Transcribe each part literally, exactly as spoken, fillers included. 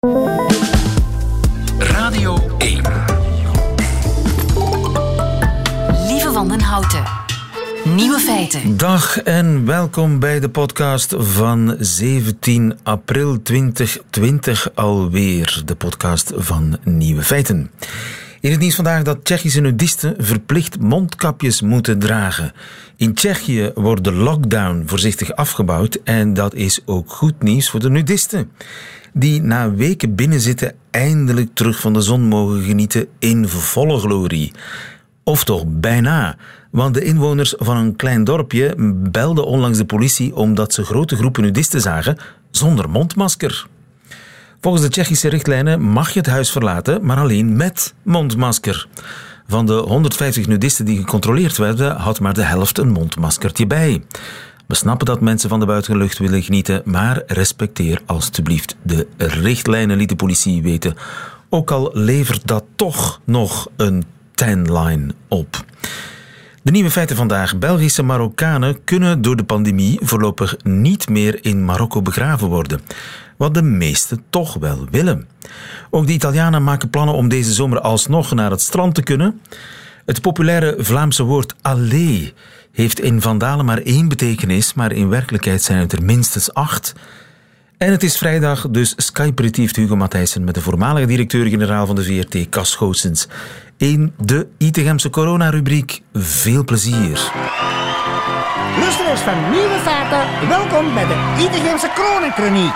Radio één. Lieve Wandenhouten. Nieuwe feiten. Dag en welkom bij de podcast van zeventien april twintig twintig alweer. De podcast van Nieuwe Feiten. In het nieuws vandaag dat Tsjechische nudisten verplicht mondkapjes moeten dragen. In Tsjechië wordt de lockdown voorzichtig afgebouwd en dat is ook goed nieuws voor de nudisten. Die na weken binnenzitten eindelijk terug van de zon mogen genieten in volle glorie. Of toch bijna, want de inwoners van een klein dorpje belden onlangs de politie omdat ze grote groepen nudisten zagen zonder mondmasker. Volgens de Tsjechische richtlijnen mag je het huis verlaten, maar alleen met mondmasker. Van de honderdvijftig nudisten die gecontroleerd werden, had maar de helft een mondmaskertje bij. We snappen dat mensen van de buitenlucht willen genieten, maar respecteer alstublieft de richtlijnen, liet de politie weten. Ook al levert dat toch nog een timeline op. De nieuwe feiten vandaag. Belgische Marokkanen kunnen door de pandemie voorlopig niet meer in Marokko begraven worden. Wat de meesten toch wel willen. Ook de Italianen maken plannen om deze zomer alsnog naar het strand te kunnen. Het populaire Vlaamse woord allé heeft in Vandalen maar één betekenis, maar in werkelijkheid zijn het er minstens acht. En het is vrijdag, dus Skyperitieft Hugo Matthijssen met de voormalige directeur-generaal van de V R T, Cas Goossens. In de Itegemse corona-rubriek. Veel plezier. Luisteraars van Nieuwe Feiten, welkom bij de Itegemse Coronakroniek.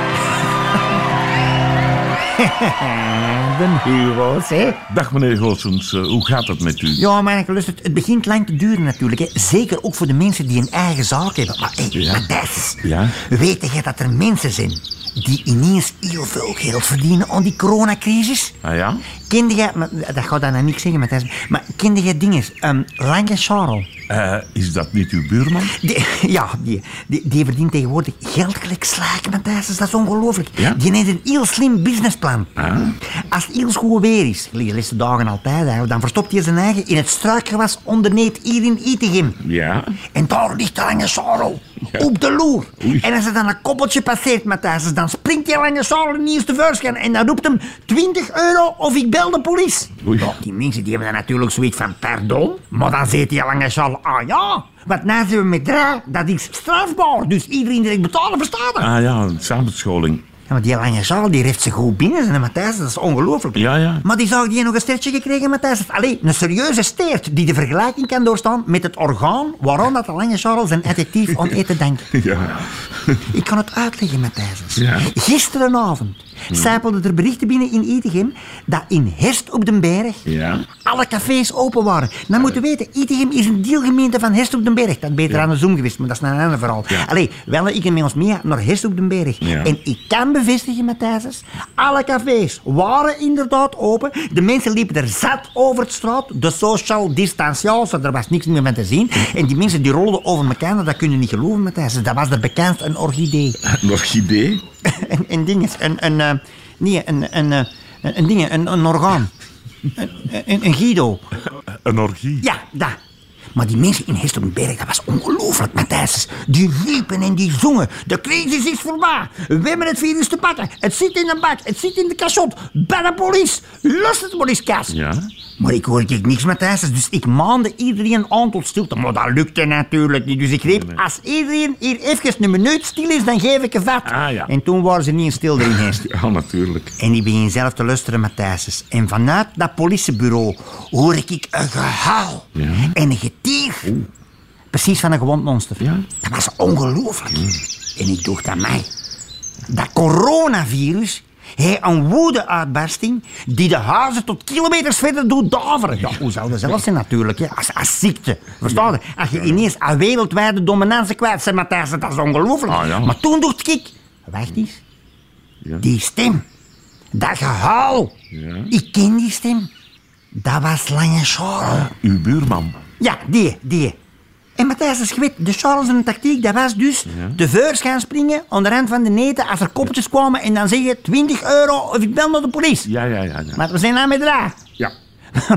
De Hugo's, hè? Dag meneer Goossens, uh, hoe gaat het met u? Ja, maar het, het begint lang te duren natuurlijk, hè. Zeker ook voor de mensen die een eigen zaak hebben. Maar hé, Ja. Matthijs, Ja? weet je dat er mensen zijn die ineens heel veel geld verdienen aan die coronacrisis? Ah ja? Kende jij, maar dat gaat dan nou niks zeggen, Matthijs, maar kende jij dinges? Um, Lange Charles. Uh, is dat niet uw buurman? Die, ja, die, die, die verdient tegenwoordig geld gelijk slaken, Matthijs. Dat is ongelooflijk. Ja? Die heeft een heel slim businessplan. Ah. Als het heel goed weer is, de laatste dagen altijd, hè, dan verstopt hij zijn eigen in het struikgewas onderneemt hier in Itegem. Ja? En daar ligt de Lange Charles Ja. op de loer. Oei. En als er dan een koppeltje passeert, Matthijs, dan springt die Lange Charles ineens tevoorschijn en dan roept hem twintig euro of ik bel de politie. Oei. Ja, die mensen die hebben dan natuurlijk zoiets van pardon. Maar dan zegt die Lange Charles, ah ja, wat nou zijn we met draai, dat is strafbaar. Dus iedereen direct betalen, verstaat er? Ah ja, een samenscholing. Ja, maar die Lange Charles die heeft zich goed binnen zijn, Matthijs. Dat is ongelooflijk. Ja, ja. Maar die zou die nog een stertje gekregen, Matthijs. Allee, een serieuze steert die de vergelijking kan doorstaan met het orgaan waaraan dat de Lange Charles zijn adjectief aan eten denkt. Ja. Ik kan het uitleggen, Matthijs. Ja. Gisterenavond sijpelden er berichten binnen in Itegem dat in Herst op den Berg Ja. alle cafés open waren. Dan moeten we weten, Itegem is een deelgemeente van Herst op den Berg. Dat is beter aan de Zoom geweest, maar dat is een ander verhaal. Ja. Allee, wel ik en met ons mee naar Herst op den Berg. Ja. En ik kan bevestigen, Matthijs, alle cafés waren inderdaad open. De mensen liepen er zat over de straat. De social distanciation, er was niks meer van te zien. En die mensen die rolden over elkaar, dat kun je niet geloven, Matthijs. Dat was de bekendste een orchidee. Een orchidee? Een, een ding is, een, een, uh, nee, een, een, uh, een, een ding, een, een orgaan. Een, een, een Guido. Een orgie? Ja, dat. Maar die mensen in Hesterberg, dat was ongelooflijk, Matthijs. Die riepen en die zongen. De crisis is voorbij. We hebben het virus te pakken. Het zit in de bak. Het zit in de cachot. Bij de politie. Lust het maar eens, Kas. Ja? Maar ik hoorde niks, Matthijs. Dus ik maande iedereen aan tot stilte. Maar dat lukte natuurlijk niet. Dus ik riep, Nee. als iedereen hier even een minuut stil is, dan geef ik een vat. Ah, ja. En toen waren ze niet in stil erin Hest. Ja, natuurlijk. En ik begin zelf te luisteren, Matthijs. En vanuit dat politiebureau hoor ik een gehuil Ja. en een getier. Precies van een gewond monster. Ja. Dat was ongelooflijk. En ik dacht aan mij. Dat coronavirus heeft een woede-uitbarsting die de huizen tot kilometers verder doet daveren. Ja, hoe zou dat zelf zijn natuurlijk, hè? Als, als ziekte. Versta je? Als je ineens een wereldwijde dominantie kwijt bent, Matthijs, dat is ongelooflijk. Ah, ja. Maar toen dacht ik, wacht eens. Ja. Die stem. Dat gehuil. Ja. Ik ken die stem. Dat was Lange Charles. Uw buurman. Ja, die, die. En Matthijs, als je weet, de Charles en tactiek, dat was dus Ja. te vuurs gaan springen aan de rand van de neten als er koppeltjes kwamen en dan zeggen twintig euro of ik bel naar de politie. Ja, ja, ja. ja. Maar we zijn aan met draag. Ja.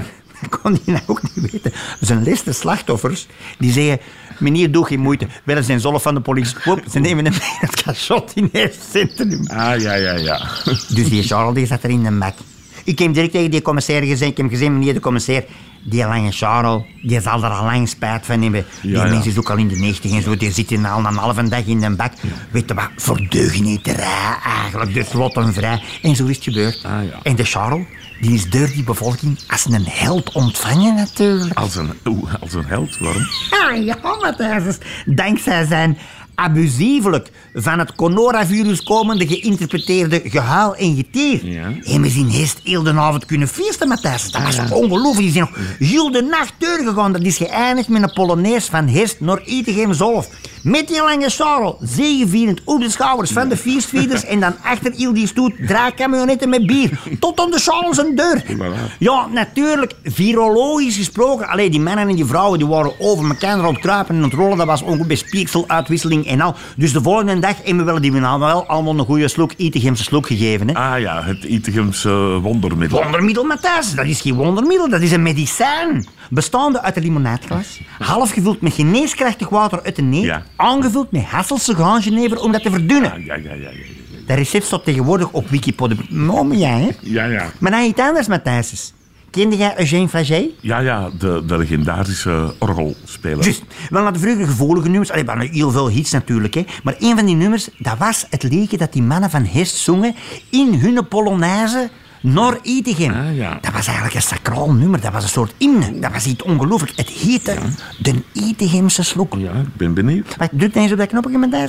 kon hij nou ook niet weten. Zijn liste slachtoffers, die zeggen... Meneer, doe geen moeite. Wel zijn zolf van de politie. Hop, ze nemen hem mee het cachot in het centrum. Ah, ja, ja, ja. Dus die Charles die zat er in de bak. Ik heb direct tegen die commissaris gezegd... Ik heb gezegd, meneer de commissaris... Die lange Charles, die zal er al lang spijt van hebben. Ja, die ja. mens is ook al in de negentig en zo. Die zit hier al een halve dag in de bak. Ja. Weet je wat? Voor deugnieterij eigenlijk. Dus lot en vrij. En zo is het gebeurd. Ah, ja. En de Charles, die is door die bevolking als een held ontvangen natuurlijk. Als een, oeh, als een held, waarom? Ah, ja, Matthijs. Dankzij zijn abusievelijk van het coronavirus komende geïnterpreteerde gehuil en getier. Ja. Hebben ze in Hest heel de avond kunnen feesten, Matthijs. Dat was Ah, ja. ongelooflijk. Die zijn nog heel de nacht doorgegaan. Dat is geëindigd met een Polonaise van Hest naar Itegem zelf. Met die lange Charles, zegevierend op de schouders van de feestvierders en dan achter heel die stoet draagkamionetten met bier. Tot aan de Charles een deur. Voilà. Ja, natuurlijk, virologisch gesproken. Allee, die mannen en die vrouwen die waren over elkaar aan het kruipen en aan het rollen. Dat was ongeveer spierseluitwisseling en al. Dus de volgende dag hebben we wel die nou wel allemaal een goede slok, Itegemse slok gegeven. Hè. Ah ja, het Itegemse wondermiddel. Wondermiddel, Matthijs. Dat is geen wondermiddel, dat is een medicijn. Bestaande uit een limonaadglas, half gevuld met geneeskrachtig water uit de neef, Ja. aangevuld met Hasselse ganjenever om dat te verdunnen. Ah, ja, ja, ja, ja, ja. Dat recept staat tegenwoordig op Wikipedia. Oh, maar ja, hè. Ja, ja. Maar dan iets anders, Matthijs. Kende jij Eugène Flagey? Ja, ja, de, de legendarische orgelspeler. Juist. Wel, naar de vroege gevoelige nummers. Allee, er waren heel veel hits natuurlijk, hè. Maar een van die nummers, dat was het liedje dat die mannen van Hest zongen in hun Polonaise naar Itegem. Ah, ja. Dat was eigenlijk een sacraal nummer. Dat was een soort hymne. Dat was iets ongelooflijk. Het heette de Itegemse slok. Ja, ik ben benieuwd. Wacht, druk eens op dat knopje, Matthijs.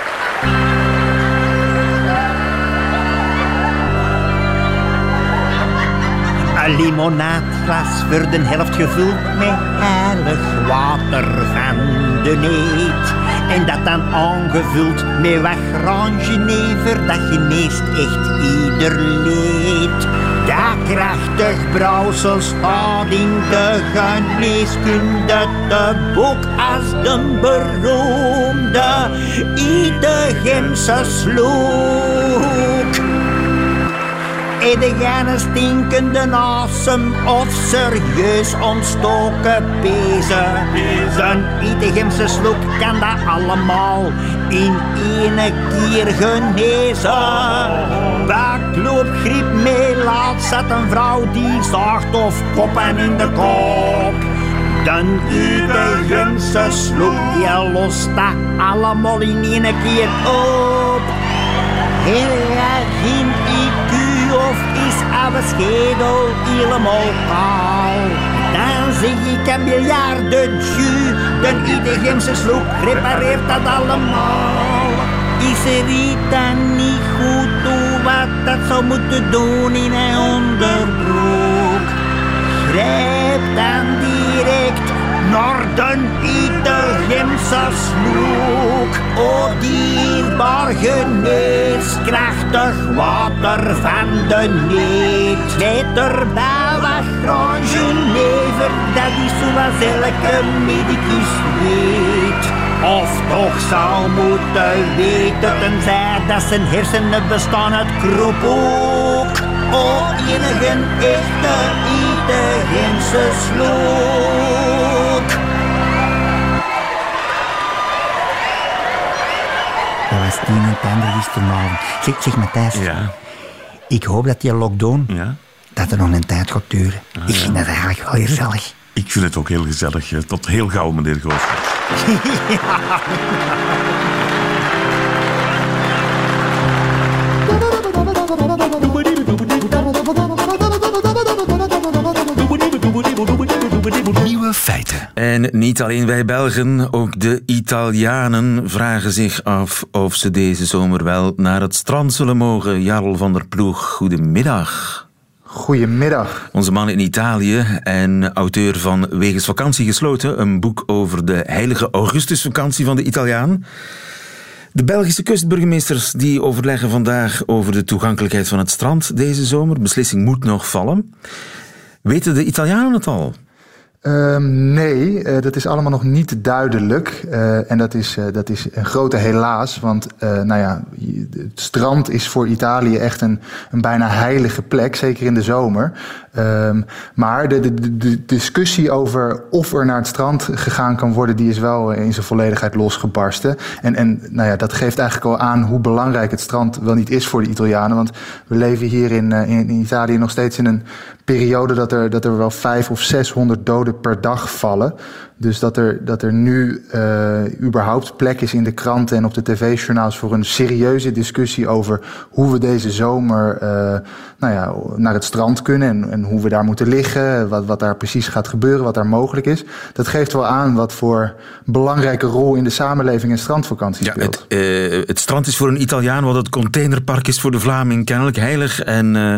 Een limonaadglas voor de helft gevuld met heilig water van de neet. En dat dan aangevuld met wat graanjenever, dat geneest echt ieder leed. Dat krachtig brouwsel staat in de geneeskunde te boek als de beroemde Itegemse slok. En de gane stinkende asem of serieus ontstoken pezen. De Itegemse slok kan dat allemaal in één keer genezen. Bakloop, griep, meelaat, zat een vrouw die zaagt of koppen in de kop. De Itegemse slok die lost dat allemaal in één keer op. Heel graag geen I Q of is oude schedel helemaal kaal. Dan zeg ik een miljardenju, de Itegemse slok repareert dat allemaal. Is er iets dan niet goed toe wat dat zou moeten doen in een onderbroek? Grijp dan direct naar de Itegemse slok. O dierbaar geneeskrachtig water van de neet. Met erbij wat graanjenever, dat is zoals elke medicus weet. Of toch zou moeten weten, tenzij dat zijn hersenen bestaan uit kroephoek. O enige echte Itegemse slok. Dat was tien en tanden gisteravond. Zeg, zeg Matthijs, Ja, ik hoop dat die lockdown, ja. dat er nog een tijd gaat duren. Ah, ik ja. vind dat eigenlijk wel heel gezellig. Ik vind het ook heel gezellig. eh, Tot heel gauw, meneer Goos. Nieuwe feiten. En niet alleen wij Belgen, ook de Italianen vragen zich af of ze deze zomer wel naar het strand zullen mogen. Jarl van der Ploeg, goedemiddag. Goedemiddag. Onze man in Italië en auteur van Wegens Vakantie Gesloten, een boek over de heilige Augustusvakantie van de Italiaan. De Belgische kustburgemeesters die overleggen vandaag over de toegankelijkheid van het strand deze zomer. Beslissing moet nog vallen. Weten de Italianen het al? Um, nee, uh, dat is allemaal nog niet duidelijk. Uh, en dat is, uh, dat is een grote helaas. Want uh, nou ja, het strand is voor Italië echt een, een bijna heilige plek. Zeker in de zomer. Um, maar de, de, de discussie over of er naar het strand gegaan kan worden, die is wel in zijn volledigheid losgebarsten. En, en nou ja, dat geeft eigenlijk al aan hoe belangrijk het strand wel niet is voor de Italianen. Want we leven hier in, uh, in, in Italië nog steeds in een periode dat er, dat er wel vijf of zeshonderd doden per dag vallen. Dus dat er, dat er nu uh, überhaupt plek is in de kranten en op de tv-journaals voor een serieuze discussie over hoe we deze zomer uh, nou ja, naar het strand kunnen en, en hoe we daar moeten liggen, wat, wat daar precies gaat gebeuren, wat daar mogelijk is. Dat geeft wel aan wat voor belangrijke rol in de samenleving een strandvakantie speelt. Ja, het, uh, het strand is voor een Italiaan wat het containerpark is voor de Vlaming kennelijk heilig en... Uh...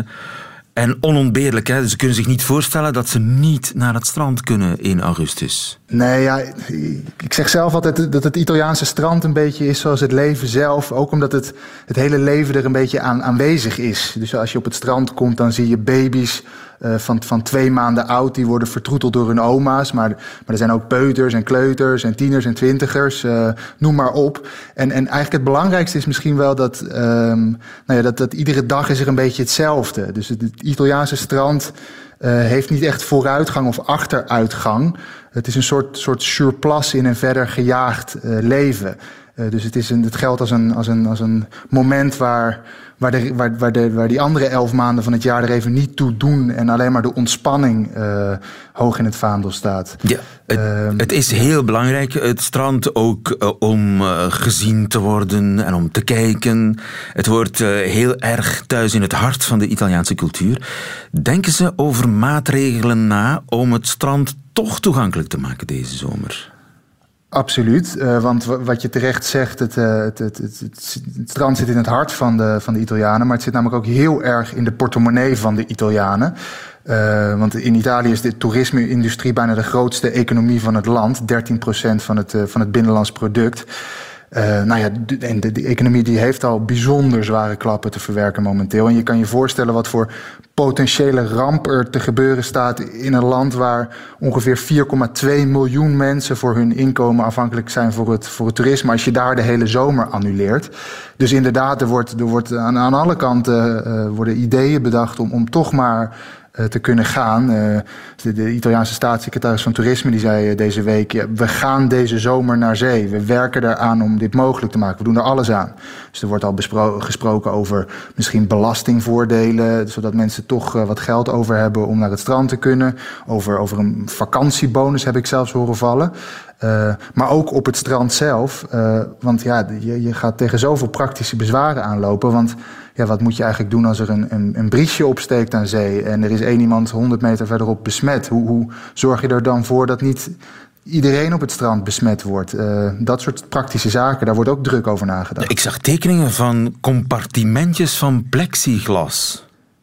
En onontbeerlijk, hè? Dus ze kunnen zich niet voorstellen dat ze niet naar het strand kunnen in augustus. Nee, ja, ik zeg zelf altijd dat het Italiaanse strand een beetje is zoals het leven zelf. Ook omdat het, het hele leven er een beetje aan aanwezig is. Dus als je op het strand komt, dan zie je baby's uh, van, van twee maanden oud. Die worden vertroeteld door hun oma's. Maar, maar er zijn ook peuters en kleuters en tieners en twintigers. Uh, noem maar op. En, en eigenlijk het belangrijkste is misschien wel dat, um, nou ja, dat, dat iedere dag is er een beetje hetzelfde. Dus het, het Italiaanse strand uh, heeft niet echt vooruitgang of achteruitgang. Het is een soort, soort surplus in een verder gejaagd uh, leven. Uh, dus het, is een, het geldt als een, als een, als een moment waar, waar, de, waar, waar, de, waar die andere elf maanden van het jaar er even niet toe doen en alleen maar de ontspanning uh, hoog in het vaandel staat. Ja, het, uh, het is heel belangrijk, het strand, ook uh, om uh, gezien te worden en om te kijken. Het wordt uh, heel erg thuis in het hart van de Italiaanse cultuur. Denken ze over maatregelen na om het strand toch toegankelijk te maken deze zomer? Absoluut, uh, want w- wat je terecht zegt, het, uh, het, het, het, het, het strand zit in het hart van de, van de Italianen, maar het zit namelijk ook heel erg in de portemonnee van de Italianen. Uh, want in Italië is de toerisme-industrie bijna de grootste economie van het land, dertien procent van het, uh, van het binnenlands product. Uh, nou ja, de, en de, de economie die heeft al bijzonder zware klappen te verwerken momenteel. En je kan je voorstellen wat voor potentiële ramp er te gebeuren staat in een land waar ongeveer vier komma twee miljoen mensen voor hun inkomen afhankelijk zijn voor het, voor het toerisme. Als je daar de hele zomer annuleert. Dus inderdaad, er wordt, er wordt aan, aan alle kanten uh, worden ideeën bedacht om, om toch maar uh, te kunnen gaan. Uh, de, de Italiaanse staatssecretaris van Toerisme die zei uh, deze week, ja, we gaan deze zomer naar zee. We werken eraan om dit mogelijk te maken. We doen er alles aan. Dus er wordt al bespro- gesproken over misschien belastingvoordelen, zodat mensen toch uh, wat geld over hebben om naar het strand te kunnen. Over, over een vakantiebonus heb ik zelfs horen vallen. Uh, maar ook op het strand zelf. Uh, want ja, je, je gaat tegen zoveel praktische bezwaren aanlopen. Want ja, wat moet je eigenlijk doen als er een, een, een briesje opsteekt aan zee en er is één iemand honderd meter verderop besmet? Hoe, hoe zorg je er dan voor dat niet iedereen op het strand besmet wordt? Uh, dat soort praktische zaken, daar wordt ook druk over nagedacht. Ik zag tekeningen van compartimentjes van plexiglas.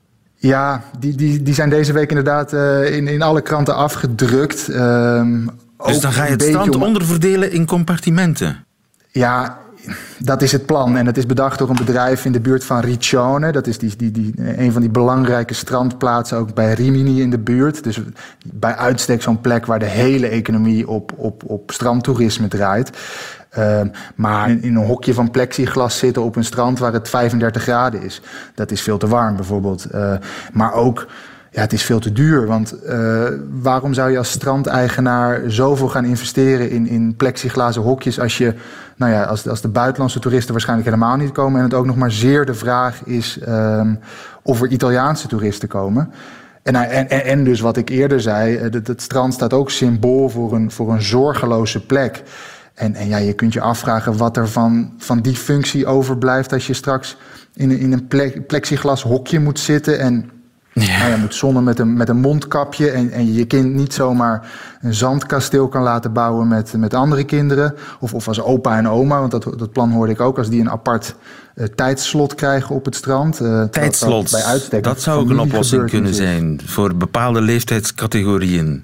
Ja, die, die, die zijn deze week inderdaad uh, in, in alle kranten afgedrukt. Uh, dus dan ga je het strand om... onderverdelen in compartimenten? Ja, dat is het plan. En het is bedacht door een bedrijf in de buurt van Riccione. Dat is die, die, die, een van die belangrijke strandplaatsen, ook bij Rimini in de buurt. Dus bij uitstek zo'n plek waar de hele economie op, op, op strandtoerisme draait. Uh, maar in, in een hokje van plexiglas zitten op een strand waar het vijfendertig graden is. Dat is veel te warm bijvoorbeeld. Uh, maar ook... Ja, het is veel te duur, want uh, waarom zou je als strandeigenaar zoveel gaan investeren in, in plexiglazen hokjes als je, nou ja, als, als de buitenlandse toeristen waarschijnlijk helemaal niet komen en het ook nog maar zeer de vraag is um, of er Italiaanse toeristen komen. En, en, en dus wat ik eerder zei, het, het strand staat ook symbool voor een, voor een zorgeloze plek. En, en ja, je kunt je afvragen wat er van, van die functie overblijft als je straks in, in een ple, plexiglas hokje moet zitten en ja. Nou, je moet zonnen met een, met een mondkapje en, en je je kind niet zomaar een zandkasteel kan laten bouwen met, met andere kinderen. Of, of als opa en oma, want dat, dat plan hoorde ik ook, als die een apart uh, tijdslot krijgen op het strand. Uh, Tijdslot, bij uitstek dat zou ook een oplossing kunnen zijn voor bepaalde leeftijdscategorieën.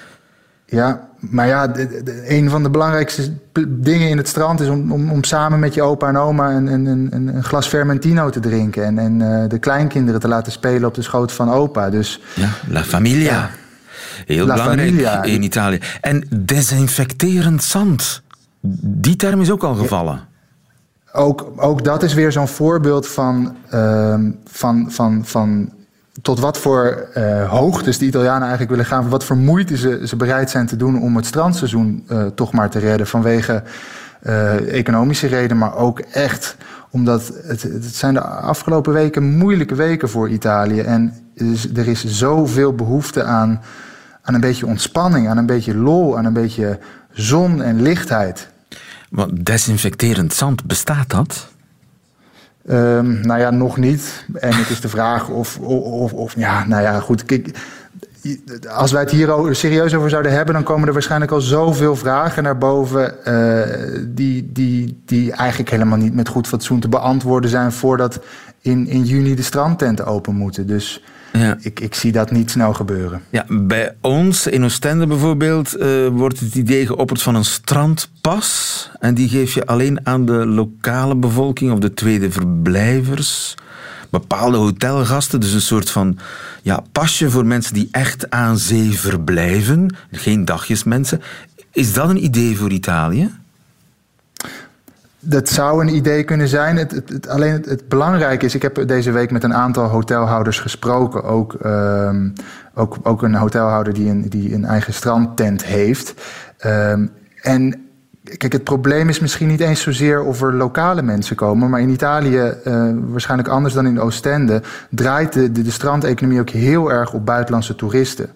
Ja, maar ja, de, de, een van de belangrijkste dingen in het strand is om, om, om samen met je opa en oma een, een, een, een glas Vermentino te drinken. En, en uh, de kleinkinderen te laten spelen op de schoot van opa. Dus, ja, la familia. Ja. Heel La belangrijk Famiglia. in Italië. En desinfecterend zand. Die term is ook al gevallen. Ook, ook dat is weer zo'n voorbeeld van, uh, van, van, van tot wat voor uh, hoogtes de Italianen eigenlijk willen gaan. Wat voor moeite ze, ze bereid zijn te doen om het strandseizoen uh, toch maar te redden. Vanwege uh, economische redenen, maar ook echt omdat het, het zijn de afgelopen weken moeilijke weken voor Italië. En er is zoveel behoefte aan, aan een beetje ontspanning, aan een beetje lol, aan een beetje zon en lichtheid. Want desinfecterend zand, bestaat dat? Um, nou ja, nog niet. En het is de vraag of... of, of, of ja, nou ja, goed. Kijk, als wij het hier serieus over zouden hebben, dan komen er waarschijnlijk al zoveel vragen naar boven Uh, die, die, die eigenlijk helemaal niet met goed fatsoen te beantwoorden zijn voordat in, in juni de strandtenten open moeten. Dus ja. ik, ik zie dat niet snel gebeuren. Ja, bij ons in Oostende bijvoorbeeld uh, wordt het idee geopperd van een strandpas. En die geef je alleen aan de lokale bevolking of de tweede verblijvers. Bepaalde hotelgasten, dus een soort van ja, pasje voor mensen die echt aan zee verblijven. Geen dagjesmensen. Is dat een idee voor Italië? Dat zou een idee kunnen zijn. Het, het, het, alleen het, het belangrijke is, ik heb deze week met een aantal hotelhouders gesproken. Ook, um, ook, ook een hotelhouder die een, die een eigen strandtent heeft. Um, en kijk, het probleem is misschien niet eens zozeer of er lokale mensen komen. Maar in Italië, uh, waarschijnlijk anders dan in Oostende, draait de, de, de strandeconomie ook heel erg op buitenlandse toeristen.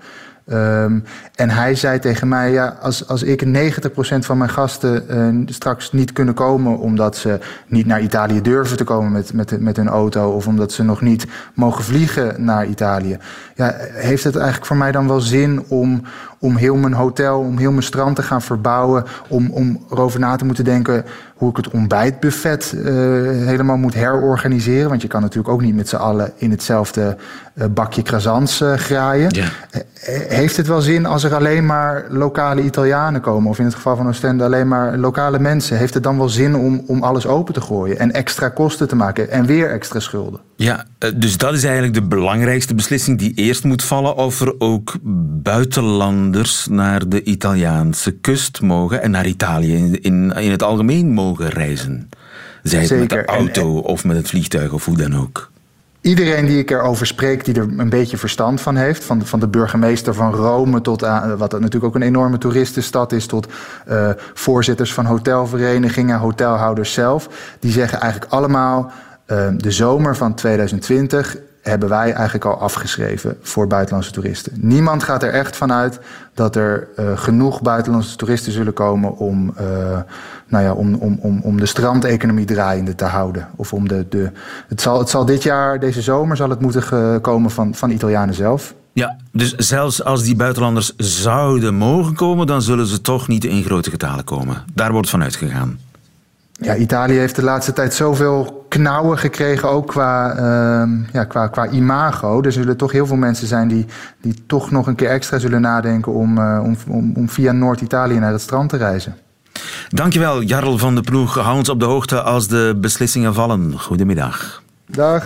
Um, en hij zei tegen mij, ja, als, als ik negentig procent van mijn gasten uh, straks niet kunnen komen omdat ze niet naar Italië durven te komen met, met, met hun auto of omdat ze nog niet mogen vliegen naar Italië, ja, heeft het eigenlijk voor mij dan wel zin om, om heel mijn hotel, om heel mijn strand te gaan verbouwen, om, om erover na te moeten denken hoe ik het ontbijtbuffet uh, helemaal moet herorganiseren, want je kan natuurlijk ook niet met z'n allen in hetzelfde uh, bakje croissants uh, graaien. Ja. Heeft het wel zin als er alleen maar lokale Italianen komen, of in het geval van Oostende alleen maar lokale mensen? Heeft het dan wel zin om, om alles open te gooien en extra kosten te maken en weer extra schulden? Ja, dus dat is eigenlijk de belangrijkste beslissing die eerst moet vallen, of er ook buitenlanders naar de Italiaanse kust mogen en naar Italië in, in, in het algemeen mogen reizen. Zij het met de auto en, of met het vliegtuig of hoe dan ook. Iedereen die ik erover spreek, die er een beetje verstand van heeft, van de, van de burgemeester van Rome tot aan, wat natuurlijk ook een enorme toeristenstad is, tot uh, voorzitters van hotelverenigingen, hotelhouders zelf, die zeggen eigenlijk allemaal, uh, de zomer van tweeduizend twintig hebben wij eigenlijk al afgeschreven voor buitenlandse toeristen. Niemand gaat er echt vanuit dat er uh, genoeg buitenlandse toeristen zullen komen om, uh, nou ja, om, om, om, om de strandeconomie draaiende te houden. Of om de, de, het, zal, het zal dit jaar, deze zomer, zal het moeten komen van, van Italianen zelf. Ja, dus zelfs als die buitenlanders zouden mogen komen, dan zullen ze toch niet in grote getalen komen. Daar wordt van uitgegaan. Ja, Italië heeft de laatste tijd zoveel knauwen gekregen, ook qua, uh, ja, qua, qua imago. Er zullen toch heel veel mensen zijn die, die toch nog een keer extra zullen nadenken om, uh, om, om, om via Noord-Italië naar het strand te reizen. Dankjewel, Jarl van de Ploeg. Hou ons op de hoogte als de beslissingen vallen. Goedemiddag. Dag.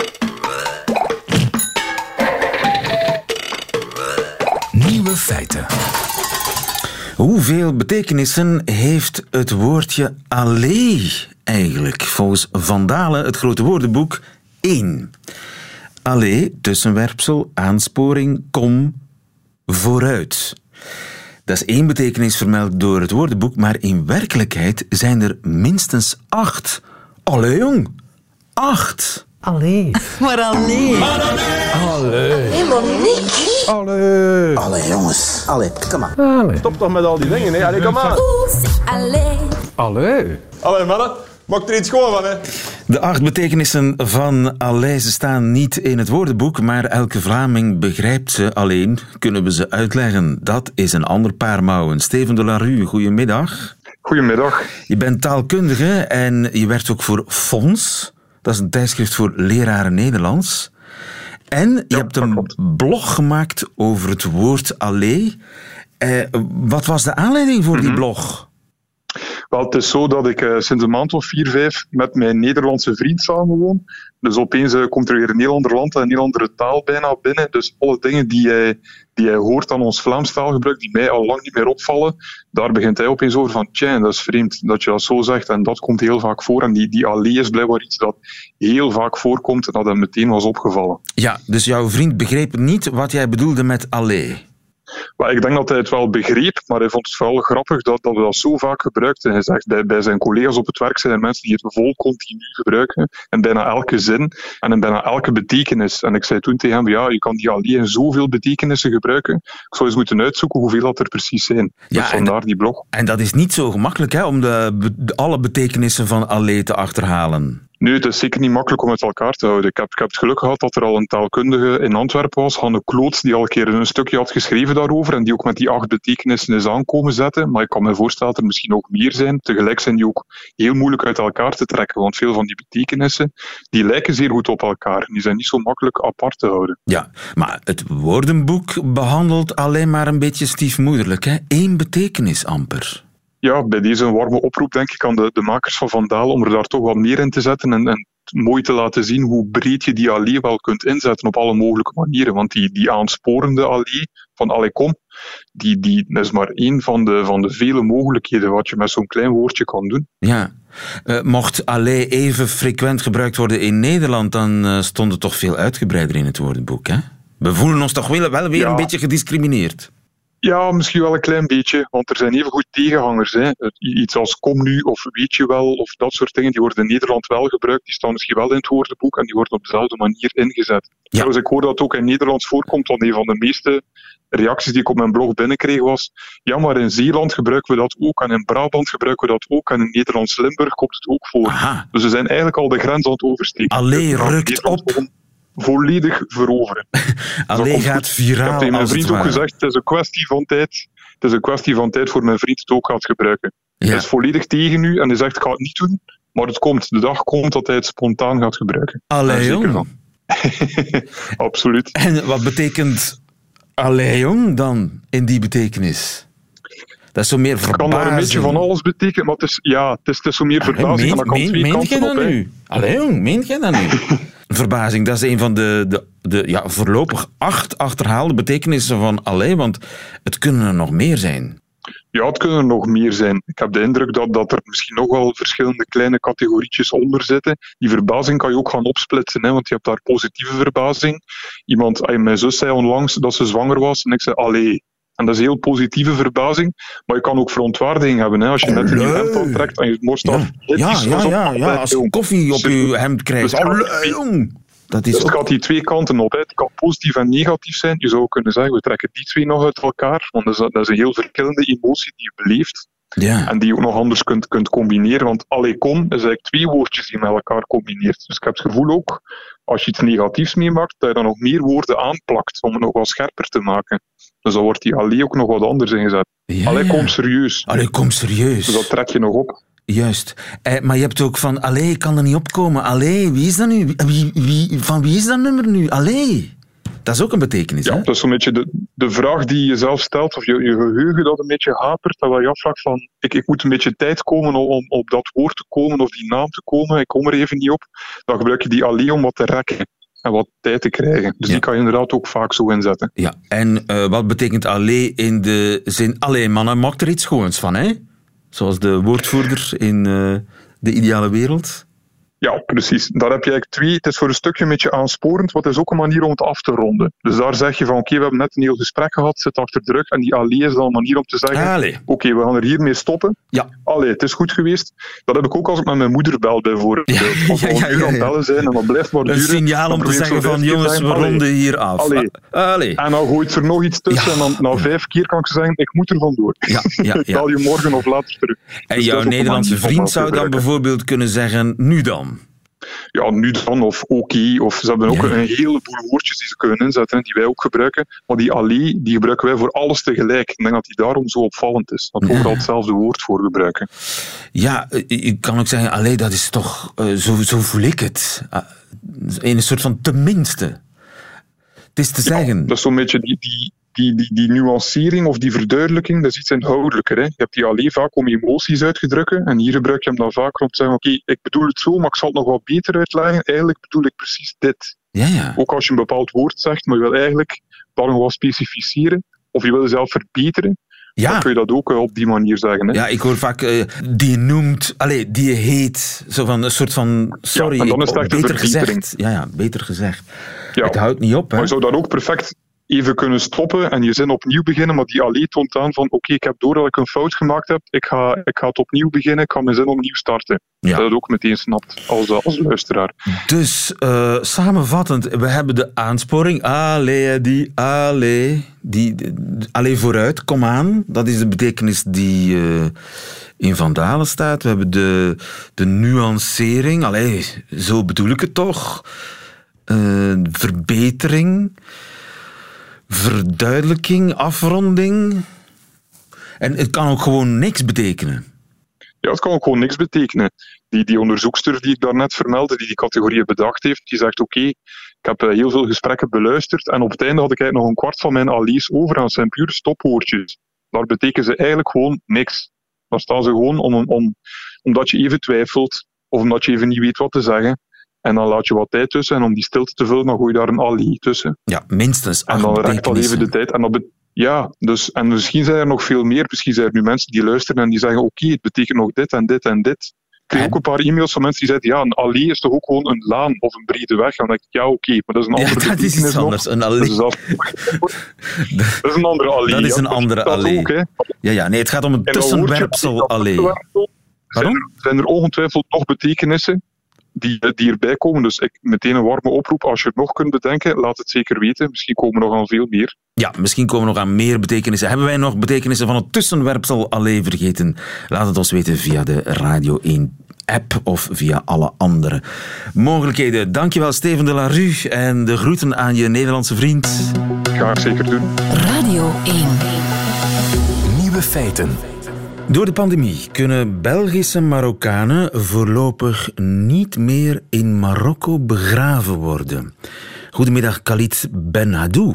Nieuwe feiten. Hoeveel betekenissen heeft het woordje allee eigenlijk? Volgens Van Dalen, het grote woordenboek, één. Allee, tussenwerpsel, aansporing, kom, vooruit. Dat is één betekenis vermeld door het woordenboek, maar in werkelijkheid zijn er minstens acht. Allee, jong. Acht. Allee. Maar allee. Allee. Helemaal niet. Allee. Allee, jongens. Allee, kom maar. Allee. Stop toch met al die dingen, hè. Allee, kom maar. Allee. Allee. Allee, mannen. Maak er iets gewoon van, hè. De acht betekenissen van allee, ze staan niet in het woordenboek, maar elke Vlaming begrijpt ze. Alleen kunnen we ze uitleggen. Dat is een ander paar mouwen. Steven de La Rue, goedemiddag. Goedemiddag. Je bent taalkundige en je werkt ook voor Fons. Dat is een tijdschrift voor leraren Nederlands. En je ja, hebt een blog gemaakt over het woord allee. Eh, wat was de aanleiding voor mm-hmm. die blog? Wel, het is zo dat ik uh, sinds een maand of vier, vijf met mijn Nederlandse vriend samenwoon. Dus opeens uh, komt er weer een heel ander land en een heel andere taal bijna binnen. Dus alle dingen die hij, die hij hoort aan ons Vlaams taalgebruik, die mij al lang niet meer opvallen, daar begint hij opeens over van, tja, dat is vreemd dat je dat zo zegt. En dat komt heel vaak voor. En die, die allee is blijkbaar iets dat heel vaak voorkomt en dat hem meteen was opgevallen. Ja, dus jouw vriend begreep niet wat jij bedoelde met allee. Maar ik denk dat hij het wel begreep, maar hij vond het vooral grappig dat, dat we dat zo vaak gebruikten. Hij zegt, bij, bij zijn collega's op het werk zijn er mensen die het vol continu gebruiken, in bijna elke zin en in bijna elke betekenis. En ik zei toen tegen hem, ja, je kan die allee in zoveel betekenissen gebruiken. Ik zou eens moeten uitzoeken hoeveel dat er precies zijn. Ja, dus vandaar en, die blog. En dat is niet zo gemakkelijk, hè, om de, de, alle betekenissen van allee te achterhalen. Nu, het is zeker niet makkelijk om het elkaar te houden. Ik heb, ik heb het geluk gehad dat er al een taalkundige in Antwerpen was, Hanne Kloots, die al een keer een stukje had geschreven daarover en die ook met die acht betekenissen is aankomen zetten. Maar ik kan me voorstellen dat er misschien nog meer zijn. Tegelijk zijn die ook heel moeilijk uit elkaar te trekken, want veel van die betekenissen die lijken zeer goed op elkaar. Die zijn niet zo makkelijk apart te houden. Ja, maar het woordenboek behandelt alleen maar een beetje stiefmoederlijk, hè? Eén betekenis amper. Ja, bij deze een warme oproep denk ik aan de, de makers van Van Daal om er daar toch wat meer in te zetten en, en mooi te laten zien hoe breed je die allee wel kunt inzetten op alle mogelijke manieren. Want die, die aansporende allee van allee kom, die, die is maar één van de, van de vele mogelijkheden wat je met zo'n klein woordje kan doen. Ja, uh, mocht allee even frequent gebruikt worden in Nederland, dan uh, stond het toch veel uitgebreider in het woordenboek, hè? We voelen ons toch wel, wel weer ja. een beetje gediscrimineerd. Ja, misschien wel een klein beetje, want er zijn evengoed tegenhangers. Hè. Iets als kom nu of weet je wel, of dat soort dingen, die worden in Nederland wel gebruikt, die staan misschien wel in het woordenboek en die worden op dezelfde manier ingezet. Ja. Trouwens, ik hoor dat het ook in Nederlands voorkomt, want een van de meeste reacties die ik op mijn blog binnenkreeg was, ja, maar in Zeeland gebruiken we dat ook, en in Brabant gebruiken we dat ook, en in Nederlands Limburg komt het ook voor. Aha. Dus we zijn eigenlijk al de grens aan het oversteken. Allee, rukt op. Volledig veroveren. Allee, gaat viraal. Ik heb tegen mijn vriend ook gezegd, het is een kwestie van tijd. Het is een kwestie van tijd voor mijn vriend het ook gaat gebruiken. Ja. Hij is volledig tegen u en hij zegt, ik ga het niet doen, maar het komt. De dag komt dat hij het spontaan gaat gebruiken. Allee, zeker van. Absoluut. En wat betekent allee, jong, dan in die betekenis? Dat is zo meer verbazing. Het kan daar een beetje van alles betekenen, maar het is, ja, het is, het is zo meer verbazing. Meen, meen, meen, meent jij dat nu? Allee, jong, meent jij dat nu? Verbazing, dat is een van de, de, de ja, voorlopig acht achterhaalde betekenissen van allee, want het kunnen er nog meer zijn. Ja, het kunnen er nog meer zijn. Ik heb de indruk dat, dat er misschien nog wel verschillende kleine categorietjes onder zitten. Die verbazing kan je ook gaan opsplitsen, hè, want je hebt daar positieve verbazing. Iemand, mijn zus zei onlangs dat ze zwanger was en ik zei allee. En dat is een heel positieve verbazing, maar je kan ook verontwaardiging hebben. Hè? Als je net een nieuw hemd aantrekt en je het morst af. Ja, ja, ja, ja, ja. Als je koffie op je hemd krijgt. Dus allee, jong. Dat is dus het ook... gaat die twee kanten op. Hè. Het kan positief en negatief zijn. Je zou kunnen zeggen, we trekken die twee nog uit elkaar. Want dat is, dat is een heel verschillende emotie die je beleeft. Ja. En die je ook nog anders kunt, kunt combineren. Want allee kom is eigenlijk twee woordjes die je met elkaar combineert. Dus ik heb het gevoel ook, als je iets negatiefs meemaakt, dat je dan nog meer woorden aanplakt om het nog wat scherper te maken. Dus dan wordt die allee ook nog wat anders ingezet. Ja, allee, ja. kom serieus. Allee, kom serieus. Dus dat trek je nog op. Juist. Eh, maar je hebt ook van, allee, ik kan er niet opkomen. Allee, wie is dat nu? Wie, wie, van wie is dat nummer nu? Allee. Dat is ook een betekenis, ja, hè? Dat is zo'n beetje de, de vraag die je zelf stelt, of je, je geheugen dat een beetje hapert, dat je afvraagt van, ik, ik moet een beetje tijd komen om, om op dat woord te komen, of die naam te komen, ik kom er even niet op. Dan gebruik je die allee om wat te rekken. En wat tijd te krijgen. Dus ja. Die kan je inderdaad ook vaak zo inzetten. Ja, en uh, wat betekent allee in de zin... Allee, mannen, maak er iets schoons van, hè? Zoals de woordvoerder in uh, De Ideale Wereld. Ja, precies. Daar heb je eigenlijk twee. Het is voor een stukje een beetje aansporend, maar het is ook een manier om het af te ronden. Dus daar zeg je van, oké, okay, we hebben net een heel gesprek gehad, zit achter de rug, en die allee is dan een manier om te zeggen, oké, okay, we gaan er hiermee stoppen. Ja. Allee, het is goed geweest. Dat heb ik ook als ik met mijn moeder bel, bijvoorbeeld. Ja, als we ja, ja, ja, ja. aan het bellen zijn, en dat blijft maar duren. Een signaal om te zeggen van, jongens, we ronden hier af. Allee. Allee. En dan gooit er nog iets tussen, ja. En dan na vijf keer kan ik zeggen, ik moet er vandoor. Ja, ja, ja. Ik bel je morgen of later terug. En dus jouw Nederlandse vriend zou dan bijvoorbeeld kunnen zeggen, nu dan? Ja, nu dan, of oké, okay, of ze hebben ook ja. een heleboel woordjes die ze kunnen inzetten, die wij ook gebruiken. Maar die allee, die gebruiken wij voor alles tegelijk. Ik denk dat die daarom zo opvallend is. Dat we ja. overal hetzelfde woord voor gebruiken. Ja, ik kan ook zeggen, allee, dat is toch, uh, zo, zo voel ik het. Uh, in een soort van tenminste. Het is te ja, zeggen. Dat is zo'n beetje die... die die, die, die nuancering of die verduidelijking, dat is iets inhoudelijker. Hè. Je hebt die alleen vaak om emoties uit te drukken. En hier gebruik je hem dan vaak om te zeggen, oké, okay, ik bedoel het zo, maar ik zal het nog wat beter uitleggen. Eigenlijk bedoel ik precies dit. Ja, ja. Ook als je een bepaald woord zegt, maar je wil eigenlijk dat nog wat specificeren, of je wil het zelf verbeteren, ja. dan kun je dat ook uh, op die manier zeggen. Hè. Ja, ik hoor vaak, uh, die noemt, allez, die heet, zo van een soort van, sorry, ja, en dan is het ik, echt beter een verbetering. gezegd. Ja, ja, beter gezegd. Ja. Het houdt niet op, hè. Maar je zou dan ook perfect even kunnen stoppen en je zin opnieuw beginnen, maar die alleen toont aan van, oké, okay, ik heb door dat ik een fout gemaakt heb, ik ga, ik ga het opnieuw beginnen, ik ga mijn zin opnieuw starten. Ja. Dat je dat ook meteen snapt als, als luisteraar. Dus, uh, samenvattend, we hebben de aansporing, allee, die, allee, die, allee vooruit, kom aan, dat is de betekenis die uh, in Van Dalen staat. We hebben de, de nuancering, allee, zo bedoel ik het toch, uh, verbetering, verduidelijking, afronding. En het kan ook gewoon niks betekenen. Ja, het kan ook gewoon niks betekenen. Die, die onderzoekster die ik daarnet vermeldde, die die categorieën bedacht heeft, die zegt, oké, okay, ik heb uh, heel veel gesprekken beluisterd en op het einde had ik eigenlijk nog een kwart van mijn alliés over aan zijn pure stopwoordjes. Daar betekenen ze eigenlijk gewoon niks. Daar staan ze gewoon om, om, omdat je even twijfelt of omdat je even niet weet wat te zeggen. En dan laat je wat tijd tussen en om die stilte te vullen, dan gooi je daar een allie tussen. Ja, minstens acht en dan rekt dat even de tijd. En dat be- ja, dus, en misschien zijn er nog veel meer. Misschien zijn er nu mensen die luisteren en die zeggen, oké, okay, het betekent nog dit en dit en dit. Ik kreeg ook een paar e-mails van mensen die zeiden, ja, een allee is toch ook gewoon een laan of een brede weg? En dan denk ik, ja, oké, okay, maar dat is een andere ja, dat is iets anders. Een allee. Dus dat, dat is een andere allee. Dat is een andere ja, allee. Ook, ja, ja, nee, het gaat om een tussenwerpsel allee. Zijn er, zijn er ongetwijfeld nog betekenissen Die, die erbij komen. Dus ik, meteen een warme oproep. Als je het nog kunt bedenken, laat het zeker weten. Misschien komen we nog aan veel meer. Ja, misschien komen we nog aan meer betekenissen. Hebben wij nog betekenissen van het tussenwerpsel allee vergeten? Laat het ons weten via de Radio één app of via alle andere mogelijkheden. Dankjewel Steven de la Rue en de groeten aan je Nederlandse vriend. Ga ik zeker doen. Radio één. Nieuwe feiten. Door de pandemie kunnen Belgische Marokkanen voorlopig niet meer in Marokko begraven worden. Goedemiddag Khalid Benhadou.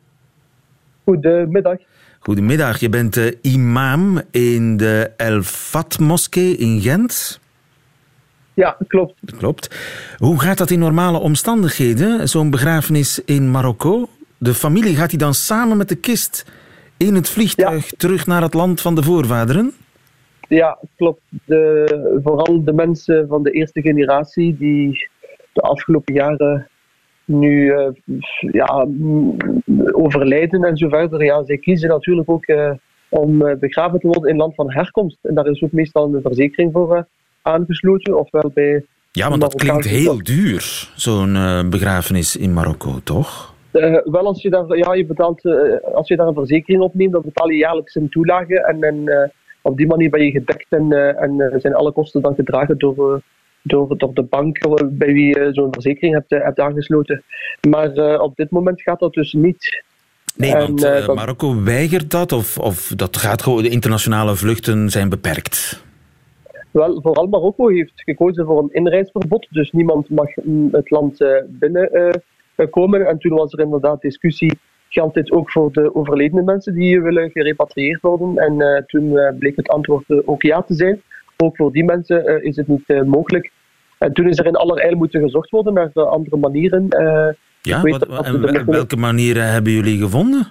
Goedemiddag. Goedemiddag, je bent uh, imam in de El Fat moskee in Gent. Ja, klopt. Klopt. Hoe gaat dat in normale omstandigheden, zo'n begrafenis in Marokko? De familie, gaat die dan samen met de kist in het vliegtuig ja. terug naar het land van de voorvaderen? Ja, klopt. De, vooral de mensen van de eerste generatie die de afgelopen jaren nu uh, ja, overlijden en zo verder. Ja, zij kiezen natuurlijk ook uh, om uh, begraven te worden in land van herkomst. En daar is ook meestal een verzekering voor uh, aangesloten. Ofwel bij ja, want dat klinkt heel duur, zo'n uh, begrafenis in Marokko, toch? Uh, wel, als je, daar, ja, je betaalt, uh, als je daar een verzekering opneemt, dan betaal je jaarlijks een toelage. En, en uh, op die manier ben je gedekt en, uh, en uh, zijn alle kosten dan gedragen door, uh, door, door de bank bij wie je uh, zo'n verzekering hebt, uh, hebt aangesloten. Maar uh, op dit moment gaat dat dus niet. Nee, en, want uh, Marokko weigert dat of, of dat gaat gewoon, de internationale vluchten zijn beperkt? Wel, vooral Marokko heeft gekozen voor een inreisverbod, dus niemand mag het land uh, binnen uh, komen. En toen was er inderdaad discussie, geldt dit ook voor de overledene mensen die willen gerepatrieerd worden? En uh, toen uh, bleek het antwoord uh, ook ja te zijn. Ook voor die mensen uh, is het niet uh, mogelijk. En toen is er in allerijl moeten gezocht worden naar uh, andere manieren. Uh, ja, wat, dat en de... welke manieren hebben jullie gevonden?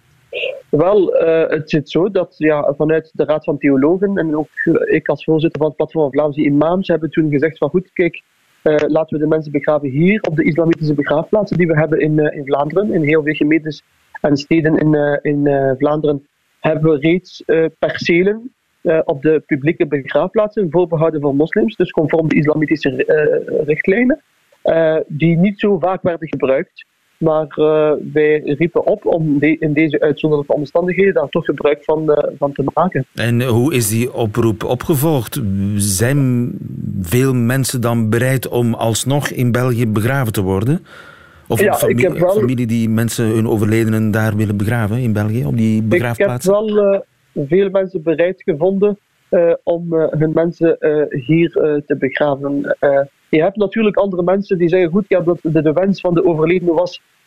Wel, uh, het zit zo dat ja, vanuit de Raad van Theologen en ook uh, ik als voorzitter van het Platform van Vlaamse Imams hebben toen gezegd van goed, kijk, uh, laten we de mensen begraven hier op de islamitische begraafplaatsen die we hebben in, uh, in Vlaanderen. In heel veel gemeentes en steden in, uh, in uh, Vlaanderen hebben we reeds uh, percelen uh, op de publieke begraafplaatsen voorbehouden voor moslims, dus conform de islamitische uh, richtlijnen, uh, die niet zo vaak werden gebruikt. Maar uh, wij riepen op om de, in deze uitzonderlijke omstandigheden daar toch gebruik van, uh, van te maken. En hoe is die oproep opgevolgd? Zijn veel mensen dan bereid om alsnog in België begraven te worden? Of ja, een familie, ik heb wel... familie die mensen hun overledenen daar willen begraven in België, op die begraafplaats? Ik heb wel uh, veel mensen bereid gevonden uh, om uh, hun mensen uh, hier uh, te begraven. Uh, Je hebt natuurlijk andere mensen die zeggen, goed, ja, dat de, de wens van de overledene was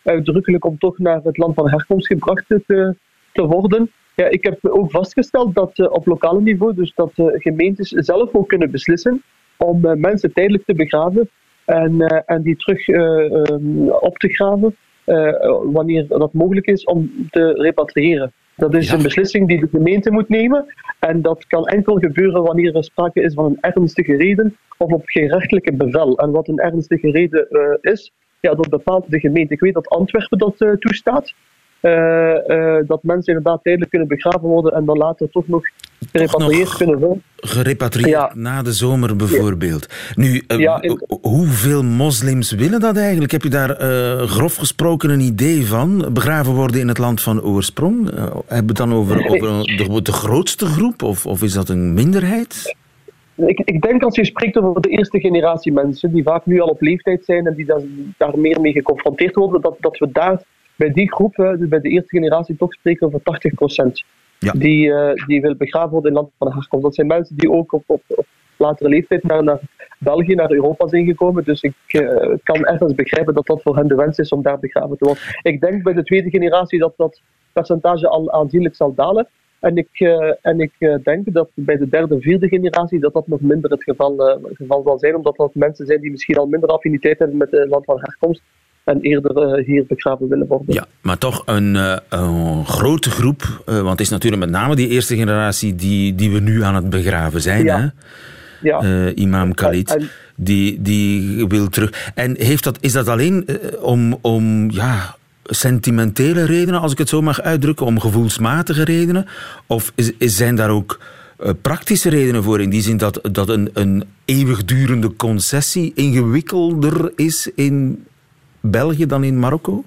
uitdrukkelijk om toch naar het land van herkomst gebracht te, te worden. Ja, ik heb ook vastgesteld dat uh, op lokale niveau, dus dat uh, gemeentes zelf ook kunnen beslissen om uh, mensen tijdelijk te begraven en, uh, en die terug uh, um, op te graven uh, wanneer dat mogelijk is om te repatriëren. Dat is ja. een beslissing die de gemeente moet nemen en dat kan enkel gebeuren wanneer er sprake is van een ernstige reden of op gerechtelijke bevel. En wat een ernstige reden uh, is, ja, dat bepaalt de gemeente. Ik weet dat Antwerpen dat uh, toestaat. Uh, uh, dat mensen inderdaad tijdelijk kunnen begraven worden en dan later toch nog gerepatrieerd kunnen worden. Gerepatrieerd ja. na de zomer bijvoorbeeld. Ja. Nu, uh, ja, in... hoeveel moslims willen dat eigenlijk? Heb je daar uh, grof gesproken een idee van? Begraven worden in het land van oorsprong? Uh, hebben we het dan over, over de, de grootste groep of, of is dat een minderheid? Ik, ik denk als je spreekt over de eerste generatie mensen die vaak nu al op leeftijd zijn en die daar, daar meer mee geconfronteerd worden, dat, dat we daar bij die groep, dus bij de eerste generatie, toch spreken over tachtig procent. Ja. Die, uh, die wil begraven worden in het land van herkomst. Dat zijn mensen die ook op, op, op latere leeftijd naar, naar België, naar Europa zijn gekomen. Dus ik uh, kan ergens begrijpen dat dat voor hen de wens is om daar begraven te worden. Ik denk bij de tweede generatie dat dat percentage al aanzienlijk zal dalen. En ik, uh, en ik uh, denk dat bij de derde, vierde generatie dat dat nog minder het geval, uh, het geval zal zijn. Omdat dat mensen zijn die misschien al minder affiniteit hebben met het land van herkomst. En eerder uh, hier begraven willen worden. Ja, maar toch een, uh, een grote groep, uh, want het is natuurlijk met name die eerste generatie die, die we nu aan het begraven zijn. Ja. Hè? Ja. Uh, imam Khalid, en, die, die wil terug. En heeft dat, is dat alleen uh, om, om ja, sentimentele redenen, als ik het zo mag uitdrukken, om gevoelsmatige redenen? Of is, is, zijn daar ook uh, praktische redenen voor, in die zin dat, dat een, een eeuwigdurende concessie ingewikkelder is in België dan in Marokko?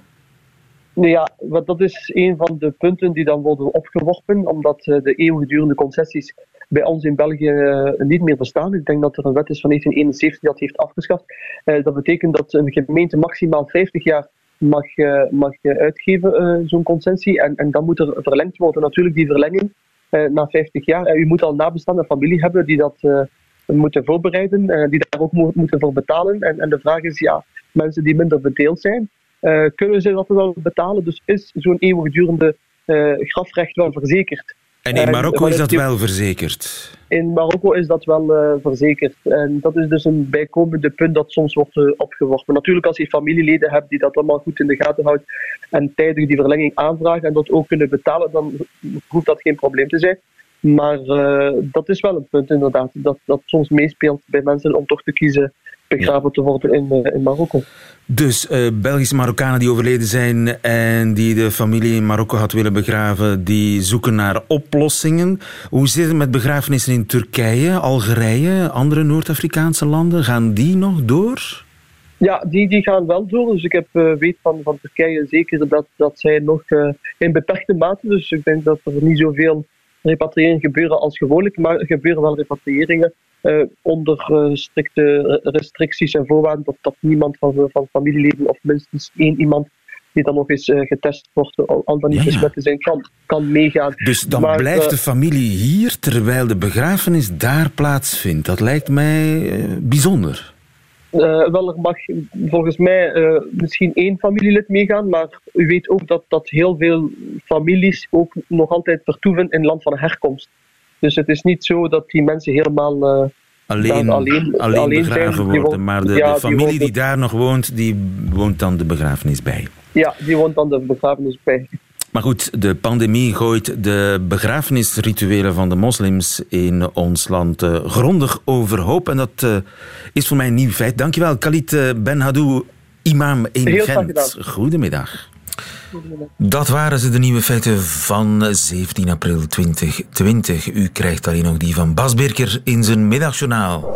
Nou ja, dat is een van de punten die dan worden opgeworpen, omdat de eeuwigdurende concessies bij ons in België niet meer bestaan. Ik denk dat er een wet is van negentien eenenzeventig die dat heeft afgeschaft. Dat betekent dat een gemeente maximaal vijftig jaar mag, mag uitgeven, zo'n concessie, en, en dan moet er verlengd worden. Natuurlijk, die verlenging na vijftig jaar. U moet al nabestaande familie hebben die dat moeten voorbereiden, die daar ook moeten voor betalen. En, en de vraag is, ja, mensen die minder bedeeld zijn, uh, kunnen ze dat wel betalen? Dus is zo'n eeuwigdurende uh, grafrecht wel verzekerd? En in Marokko uh, is dat wel verzekerd? In Marokko is dat wel uh, verzekerd. En dat is dus een bijkomende punt dat soms wordt uh, opgeworpen. Natuurlijk, als je familieleden hebt die dat allemaal goed in de gaten houdt en tijdig die verlenging aanvragen en dat ook kunnen betalen, dan hoeft dat geen probleem te zijn. Maar uh, dat is wel een punt inderdaad, dat, dat soms meespeelt bij mensen om toch te kiezen begraven te worden in, uh, in Marokko. Dus uh, Belgische Marokkanen die overleden zijn en die de familie in Marokko had willen begraven, die zoeken naar oplossingen. Hoe zit het met begrafenissen in Turkije, Algerije, andere Noord-Afrikaanse landen? Gaan die nog door? Ja, die, die gaan wel door. Dus ik heb uh, weet van, van Turkije zeker dat, dat zij nog uh, in beperkte mate, dus ik denk dat er niet zoveel repatriëringen gebeuren als gewoonlijk, maar er gebeuren wel repatriëringen uh, onder uh, strikte restricties en voorwaarden dat, dat niemand van, van familieleden of minstens één iemand die dan nog eens uh, getest wordt, al dan niet ja, ja. besmet te zijn, kan, kan meegaan. Dus dan maar, blijft de uh, familie hier terwijl de begrafenis daar plaatsvindt. Dat lijkt mij uh, bijzonder. Uh, wel, er mag volgens mij uh, misschien één familielid meegaan, maar u weet ook dat, dat heel veel families ook nog altijd vertoeven in land van herkomst. Dus het is niet zo dat die mensen helemaal uh, alleen, alleen, alleen, alleen begraven zijn. worden, woont, maar de, ja, de familie die, die daar nog woont, die woont dan de begrafenis bij. Ja, die woont dan de begrafenis bij. Maar goed, de pandemie gooit de begrafenisrituelen van de moslims in ons land uh, grondig overhoop. En dat uh, is voor mij een nieuw feit. Dankjewel, Khalid uh, Benhadou, imam in Heel Gent. Goedemiddag. Goedemiddag. Dat waren ze, de nieuwe feiten van zeventien april twintig twintig. U krijgt alleen nog die van Bas Birker in zijn middagjournaal.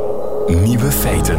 Nieuwe feiten.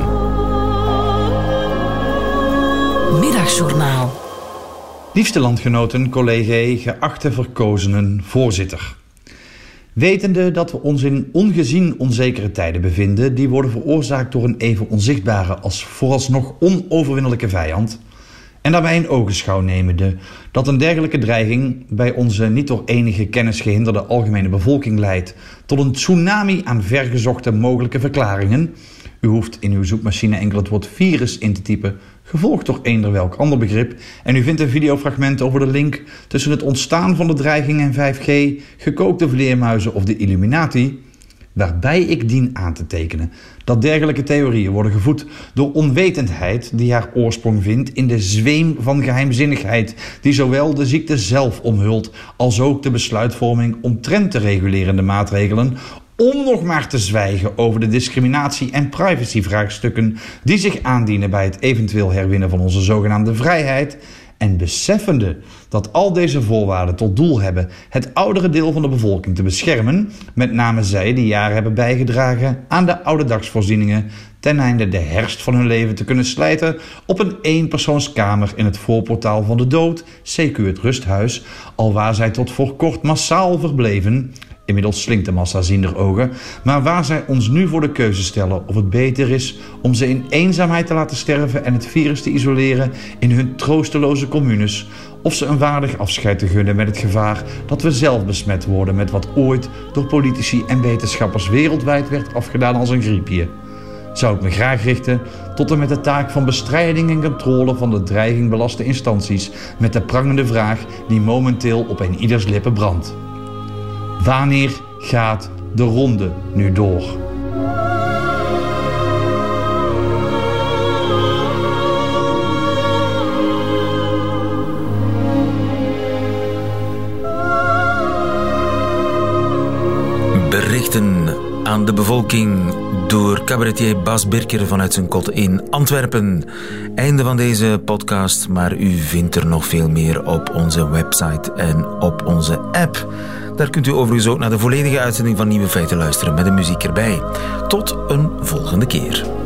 Middagjournaal. Liefste landgenoten, collegae, geachte verkozenen, voorzitter. Wetende dat we ons in ongezien onzekere tijden bevinden, die worden veroorzaakt door een even onzichtbare als vooralsnog onoverwinnelijke vijand, en daarbij in ogenschouw nemende dat een dergelijke dreiging bij onze niet door enige kennis gehinderde algemene bevolking leidt tot een tsunami aan vergezochte mogelijke verklaringen. U hoeft in uw zoekmachine enkel het woord virus in te typen, gevolgd door eender welk ander begrip, en u vindt een videofragment over de link tussen het ontstaan van de dreiging en vijf G, gekookte vleermuizen of de Illuminati, waarbij ik dien aan te tekenen dat dergelijke theorieën worden gevoed door onwetendheid die haar oorsprong vindt in de zweem van geheimzinnigheid die zowel de ziekte zelf omhult als ook de besluitvorming omtrent de regulerende maatregelen, om nog maar te zwijgen over de discriminatie- en privacyvraagstukken die zich aandienen bij het eventueel herwinnen van onze zogenaamde vrijheid. En beseffende dat al deze voorwaarden tot doel hebben het oudere deel van de bevolking te beschermen, met name zij die jaren hebben bijgedragen aan de ouderdagsvoorzieningen, ten einde de herfst van hun leven te kunnen slijten op een eenpersoonskamer in het voorportaal van de dood, C Q het rusthuis, alwaar zij tot voor kort massaal verbleven. Inmiddels slinkt de massa ziender ogen, maar waar zij ons nu voor de keuze stellen of het beter is om ze in eenzaamheid te laten sterven en het virus te isoleren in hun troosteloze communes, of ze een waardig afscheid te gunnen met het gevaar dat we zelf besmet worden met wat ooit door politici en wetenschappers wereldwijd werd afgedaan als een griepje. Zou ik me graag richten tot en met de taak van bestrijding en controle van de dreiging belaste instanties met de prangende vraag die momenteel op een ieders lippen brandt. Wanneer gaat de ronde nu door? Berichten aan de bevolking door cabaretier Bas Birker vanuit zijn kot in Antwerpen. Einde van deze podcast, maar u vindt er nog veel meer op onze website en op onze app. Daar kunt u overigens ook naar de volledige uitzending van Nieuwe Feiten luisteren met de muziek erbij. Tot een volgende keer.